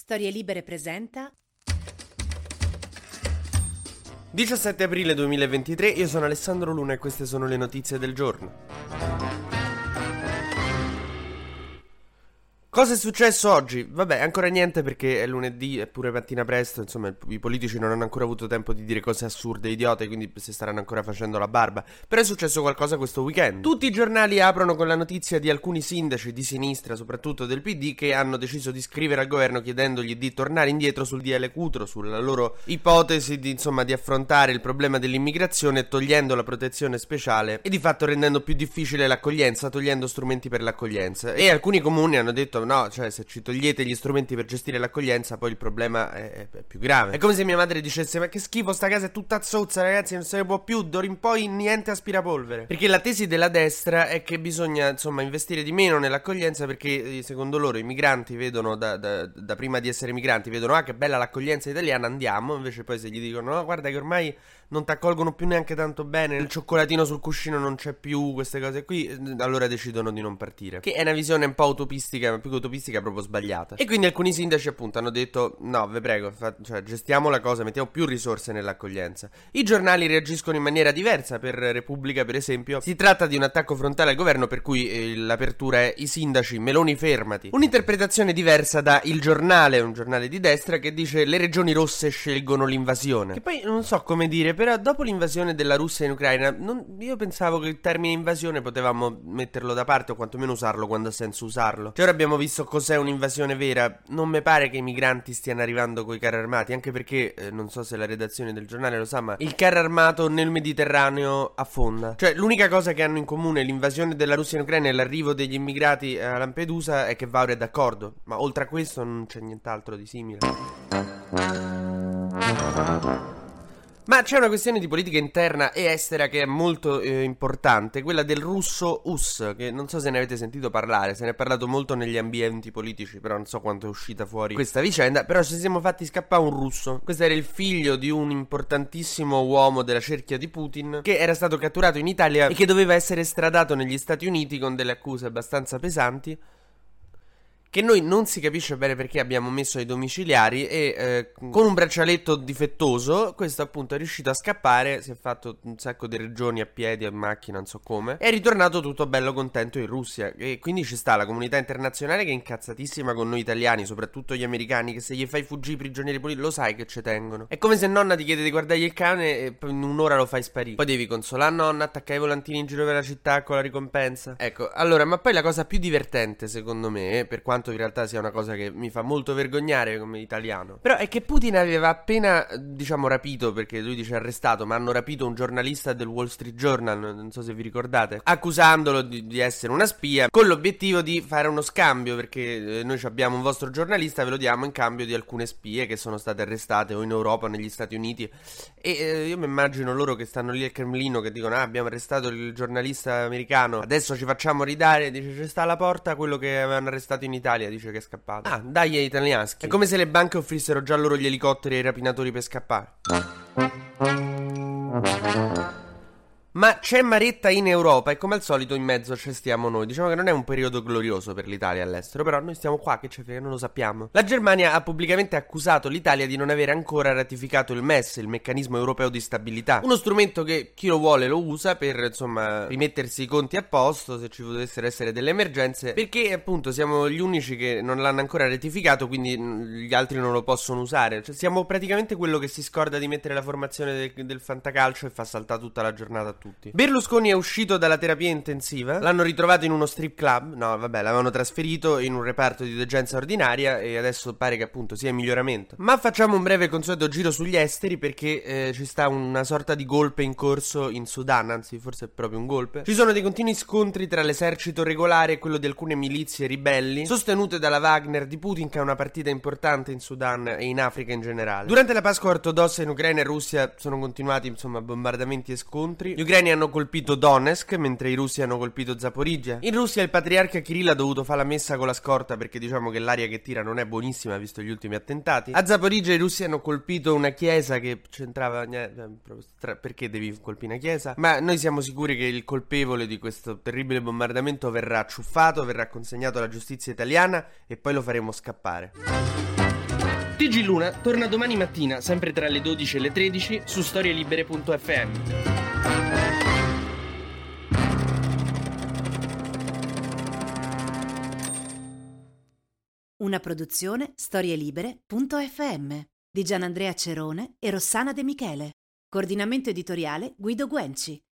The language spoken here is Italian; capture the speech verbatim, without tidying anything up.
Storie Libere presenta diciassette aprile duemilaventitré, io sono Alessandro Luna e queste sono le notizie del giorno. Cosa è successo oggi? Vabbè, ancora niente perché è lunedì, è pure mattina presto, insomma i politici non hanno ancora avuto tempo di dire cose assurde e idiote, quindi si staranno ancora facendo la barba. Però è successo qualcosa questo weekend. Tutti i giornali aprono con la notizia di alcuni sindaci di sinistra, soprattutto del P D, che hanno deciso di scrivere al governo chiedendogli di tornare indietro sul D L Cutro, sulla loro ipotesi di, insomma, di affrontare il problema dell'immigrazione togliendo la protezione speciale e di fatto rendendo più difficile l'accoglienza, togliendo strumenti per l'accoglienza. E alcuni comuni hanno detto no, cioè se ci togliete gli strumenti per gestire l'accoglienza poi il problema è, è più grave. È come se mia madre dicesse ma che schifo, sta casa è tutta zozza ragazzi, non se ne può più, d'ora in poi niente aspirapolvere. Perché la tesi della destra è che bisogna insomma investire di meno nell'accoglienza perché secondo loro i migranti vedono da, da, da prima di essere migranti vedono ah che bella l'accoglienza italiana, andiamo. Invece poi se gli dicono no guarda che ormai non ti accolgono più neanche tanto bene, il cioccolatino sul cuscino non c'è più, queste cose qui, allora decidono di non partire. Che è una visione un po' utopistica, ma più che utopistica proprio sbagliata. E quindi alcuni sindaci appunto hanno detto no, ve prego, fa, cioè gestiamo la cosa, mettiamo più risorse nell'accoglienza. I giornali reagiscono in maniera diversa. Per Repubblica per esempio si tratta di un attacco frontale al governo per cui eh, l'apertura è i sindaci, Meloni fermati. Un'interpretazione diversa da Il Giornale, un giornale di destra, che dice le regioni rosse scelgono l'invasione. Che poi non so come dire, però dopo l'invasione della Russia in Ucraina non, io pensavo che il termine invasione potevamo metterlo da parte o quantomeno usarlo quando ha senso usarlo. Cioè ora abbiamo visto cos'è un'invasione vera. Non mi pare che i migranti stiano arrivando coi carri armati, anche perché eh, non so se la redazione del giornale lo sa, ma il carro armato nel Mediterraneo affonda. Cioè l'unica cosa che hanno in comune l'invasione della Russia in Ucraina e l'arrivo degli immigrati a Lampedusa è che Vauro è d'accordo, ma oltre a questo non c'è nient'altro di simile. Ma c'è una questione di politica interna e estera che è molto eh, importante, quella del russo U S, che non so se ne avete sentito parlare, se ne è parlato molto negli ambienti politici, però non so quanto è uscita fuori questa vicenda, però ci siamo fatti scappare un russo. Questo era il figlio di un importantissimo uomo della cerchia di Putin, che era stato catturato in Italia e che doveva essere estradato negli Stati Uniti con delle accuse abbastanza pesanti, che noi non si capisce bene perché abbiamo messo ai domiciliari e eh, con un braccialetto difettoso questo appunto è riuscito a scappare, si è fatto un sacco di regioni a piedi, a macchina, non so come, e è ritornato tutto bello contento in Russia. E quindi ci sta la comunità internazionale che è incazzatissima con noi italiani, soprattutto gli americani, che se gli fai fuggire i prigionieri politici lo sai che ci tengono. È come se nonna ti chiede di guardargli il cane e poi in un'ora lo fai sparire. Poi devi consolare nonna, attaccare i volantini in giro per la città con la ricompensa. Ecco, allora, ma poi la cosa più divertente secondo me, per quanto in realtà sia una cosa che mi fa molto vergognare come italiano, però è che Putin aveva appena, diciamo, rapito, perché lui dice arrestato, ma hanno rapito un giornalista del Wall Street Journal, non so se vi ricordate, accusandolo di, di essere una spia, con l'obiettivo di fare uno scambio, perché eh, noi abbiamo un vostro giornalista, ve lo diamo in cambio di alcune spie che sono state arrestate o in Europa o negli Stati Uniti. E eh, io mi immagino loro che stanno lì al Cremlino che dicono ah, abbiamo arrestato il giornalista americano, adesso ci facciamo ridare, dice ci sta alla porta quello che avevano arrestato in Italia, dice che è scappato. Ah, dai ai italianschi. È come se le banche offrissero già loro gli elicotteri ai rapinatori per scappare. Ma c'è maretta in Europa e come al solito in mezzo ci stiamo noi. Diciamo che non è un periodo glorioso per l'Italia all'estero, però noi stiamo qua, che ci frega, non lo sappiamo. La Germania ha pubblicamente accusato l'Italia di non avere ancora ratificato il M E S, il meccanismo europeo di stabilità. Uno strumento che chi lo vuole lo usa per, insomma, rimettersi i conti a posto se ci potessero essere delle emergenze, perché appunto siamo gli unici che non l'hanno ancora ratificato, quindi gli altri non lo possono usare. Cioè siamo praticamente quello che si scorda di mettere la formazione del, del fantacalcio e fa saltare tutta la giornata a tutti. Berlusconi è uscito dalla terapia intensiva, l'hanno ritrovato in uno strip club, no vabbè l'avevano trasferito in un reparto di degenza ordinaria e adesso pare che appunto sia in miglioramento. Ma facciamo un breve consueto giro sugli esteri perché eh, ci sta una sorta di golpe in corso in Sudan, anzi forse è proprio un golpe. Ci sono dei continui scontri tra l'esercito regolare e quello di alcune milizie ribelli sostenute dalla Wagner di Putin, che ha una partita importante in Sudan e in Africa in generale. Durante la Pasqua ortodossa in Ucraina e Russia sono continuati insomma bombardamenti e scontri. Gli ucraini hanno colpito Donetsk mentre i russi hanno colpito Zaporizhia. In Russia il patriarca Kirill ha dovuto fare la messa con la scorta perché diciamo che l'aria che tira non è buonissima visto gli ultimi attentati. A Zaporizhia i russi hanno colpito una chiesa che c'entrava niente, perché devi colpire una chiesa? Ma noi siamo sicuri che il colpevole di questo terribile bombardamento verrà acciuffato, verrà consegnato alla giustizia italiana e poi lo faremo scappare. T G Luna torna domani mattina, sempre tra le dodici e le tredici, su storielibere punto effe emme. Una produzione storielibere punto effe emme di Gianandrea Cerone e Rossana De Michele. Coordinamento editoriale Guido Guenci.